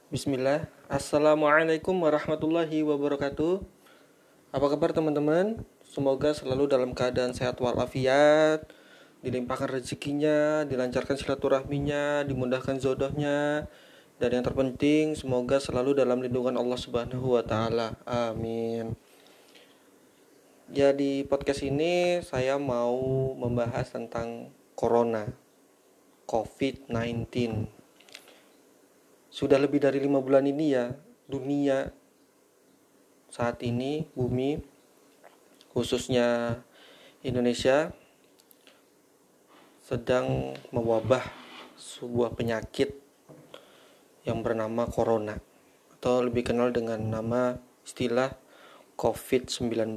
Bismillah. Assalamualaikum warahmatullahi wabarakatuh. Apa kabar teman-teman? Semoga selalu dalam keadaan sehat walafiat, dilimpahkan rezekinya, dilancarkan silaturahminya, dimudahkan jodohnya, dan yang terpenting semoga selalu dalam lindungan Allah Subhanahu wa taala. Amin. Di podcast ini saya mau membahas tentang corona, COVID-19. Sudah lebih dari 5 bulan ini dunia saat ini, bumi, khususnya Indonesia, sedang mewabah sebuah penyakit yang bernama corona, atau lebih kenal dengan nama istilah COVID-19.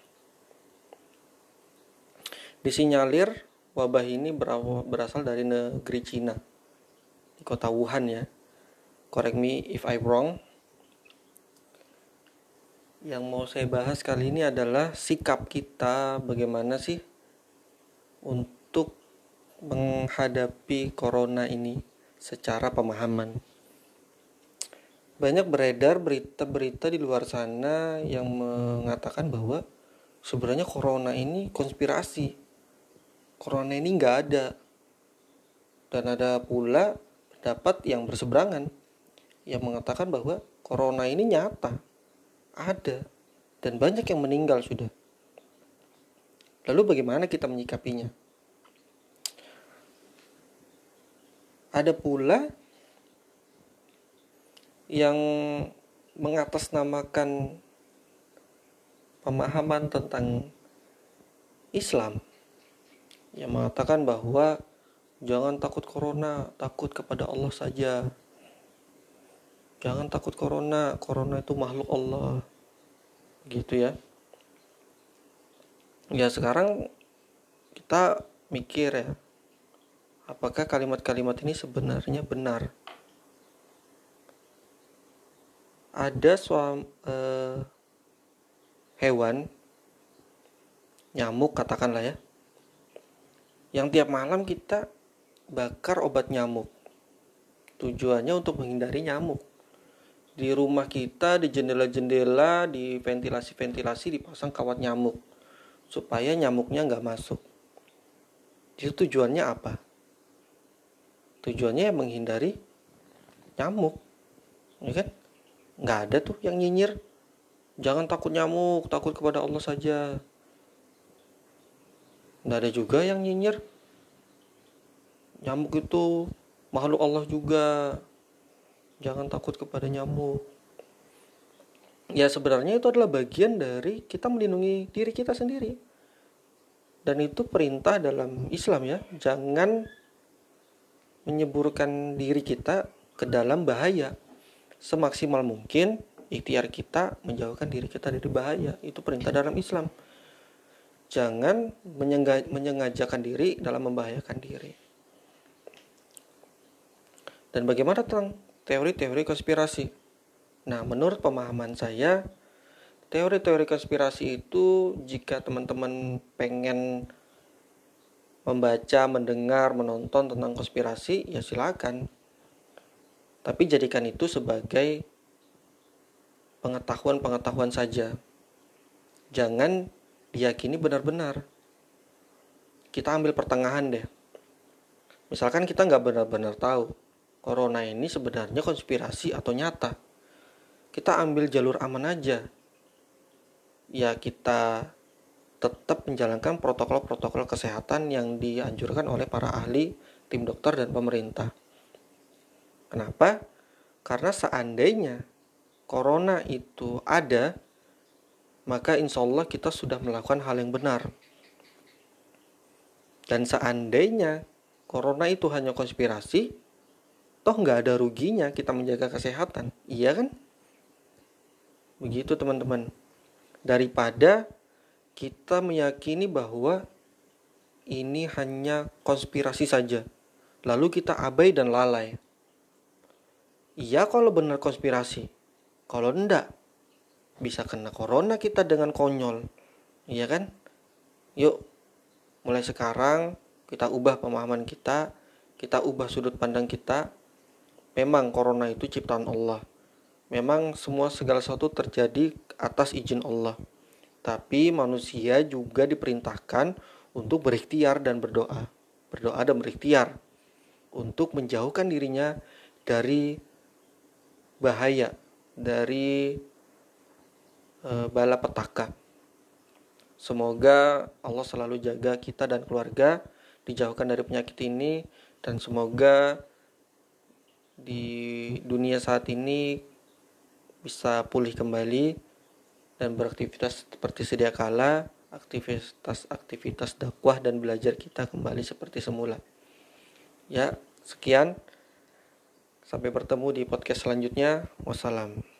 Disinyalir wabah ini berasal dari negeri Cina, di kota Wuhan ya. Correct me if I'm wrong. Yang mau saya bahas kali ini adalah sikap kita bagaimana sih untuk menghadapi corona ini secara pemahaman. Banyak beredar berita-berita di luar sana yang mengatakan bahwa sebenarnya corona ini konspirasi. Corona ini nggak ada. Dan ada pula pendapat yang berseberangan yang mengatakan bahwa corona ini nyata, ada, dan banyak yang meninggal sudah. Lalu bagaimana kita menyikapinya? Ada pula yang mengatasnamakan pemahaman tentang Islam, yang mengatakan bahwa jangan takut corona, takut kepada Allah saja. Jangan takut corona itu makhluk Allah. Gitu ya. Ya sekarang kita mikir ya, apakah kalimat-kalimat ini sebenarnya benar? Ada hewan, nyamuk katakanlah ya, yang tiap malam kita bakar obat nyamuk. Tujuannya untuk menghindari nyamuk. Di rumah kita, di jendela-jendela, di ventilasi-ventilasi dipasang kawat nyamuk supaya nyamuknya nggak masuk. Itu tujuannya apa? Tujuannya menghindari nyamuk, ya kan? Nggak ada tuh yang nyinyir, jangan takut nyamuk, takut kepada Allah saja. Nggak ada juga yang nyinyir, nyamuk itu makhluk Allah juga, jangan takut kepada nyamuk. Ya sebenarnya itu adalah bagian dari kita melindungi diri kita sendiri. Dan itu perintah dalam Islam ya. Jangan menyeburkan diri kita ke dalam bahaya. Semaksimal mungkin ikhtiar kita menjauhkan diri kita dari bahaya. Itu perintah dalam Islam. Jangan menyengajakan diri dalam membahayakan diri. Dan bagaimana tentang teori-teori konspirasi? Nah, menurut pemahaman saya, teori-teori konspirasi itu jika teman-teman pengen membaca, mendengar, menonton tentang konspirasi, ya silakan. Tapi jadikan itu sebagai pengetahuan-pengetahuan saja. Jangan diyakini benar-benar. Kita ambil pertengahan deh. Misalkan kita nggak benar-benar tahu corona ini sebenarnya konspirasi atau nyata. Kita ambil jalur aman aja. Ya kita tetap menjalankan protokol-protokol kesehatan yang dianjurkan oleh para ahli, tim dokter dan pemerintah. Kenapa? Karena seandainya corona itu ada, maka insya Allah kita sudah melakukan hal yang benar. Dan seandainya corona itu hanya konspirasi, toh nggak ada ruginya kita menjaga kesehatan, iya kan? Begitu teman-teman. Daripada kita meyakini bahwa ini hanya konspirasi saja, lalu kita abai dan lalai. Iya kalau benar konspirasi, kalau enggak bisa kena corona kita dengan konyol, iya kan? Yuk, mulai sekarang kita ubah pemahaman kita ubah sudut pandang kita. memang corona itu ciptaan Allah. Memang segala sesuatu terjadi atas izin Allah. Tapi manusia juga diperintahkan untuk berikhtiar dan berdoa. Berdoa dan berikhtiar untuk menjauhkan dirinya dari bahaya, dari balapetaka. Semoga Allah selalu jaga kita dan keluarga dijauhkan dari penyakit ini, dan semoga di dunia saat ini bisa pulih kembali dan beraktivitas seperti sedia kala, aktivitas dakwah dan belajar kita kembali seperti semula. Ya, sekian. Sampai bertemu di podcast selanjutnya. Wassalam.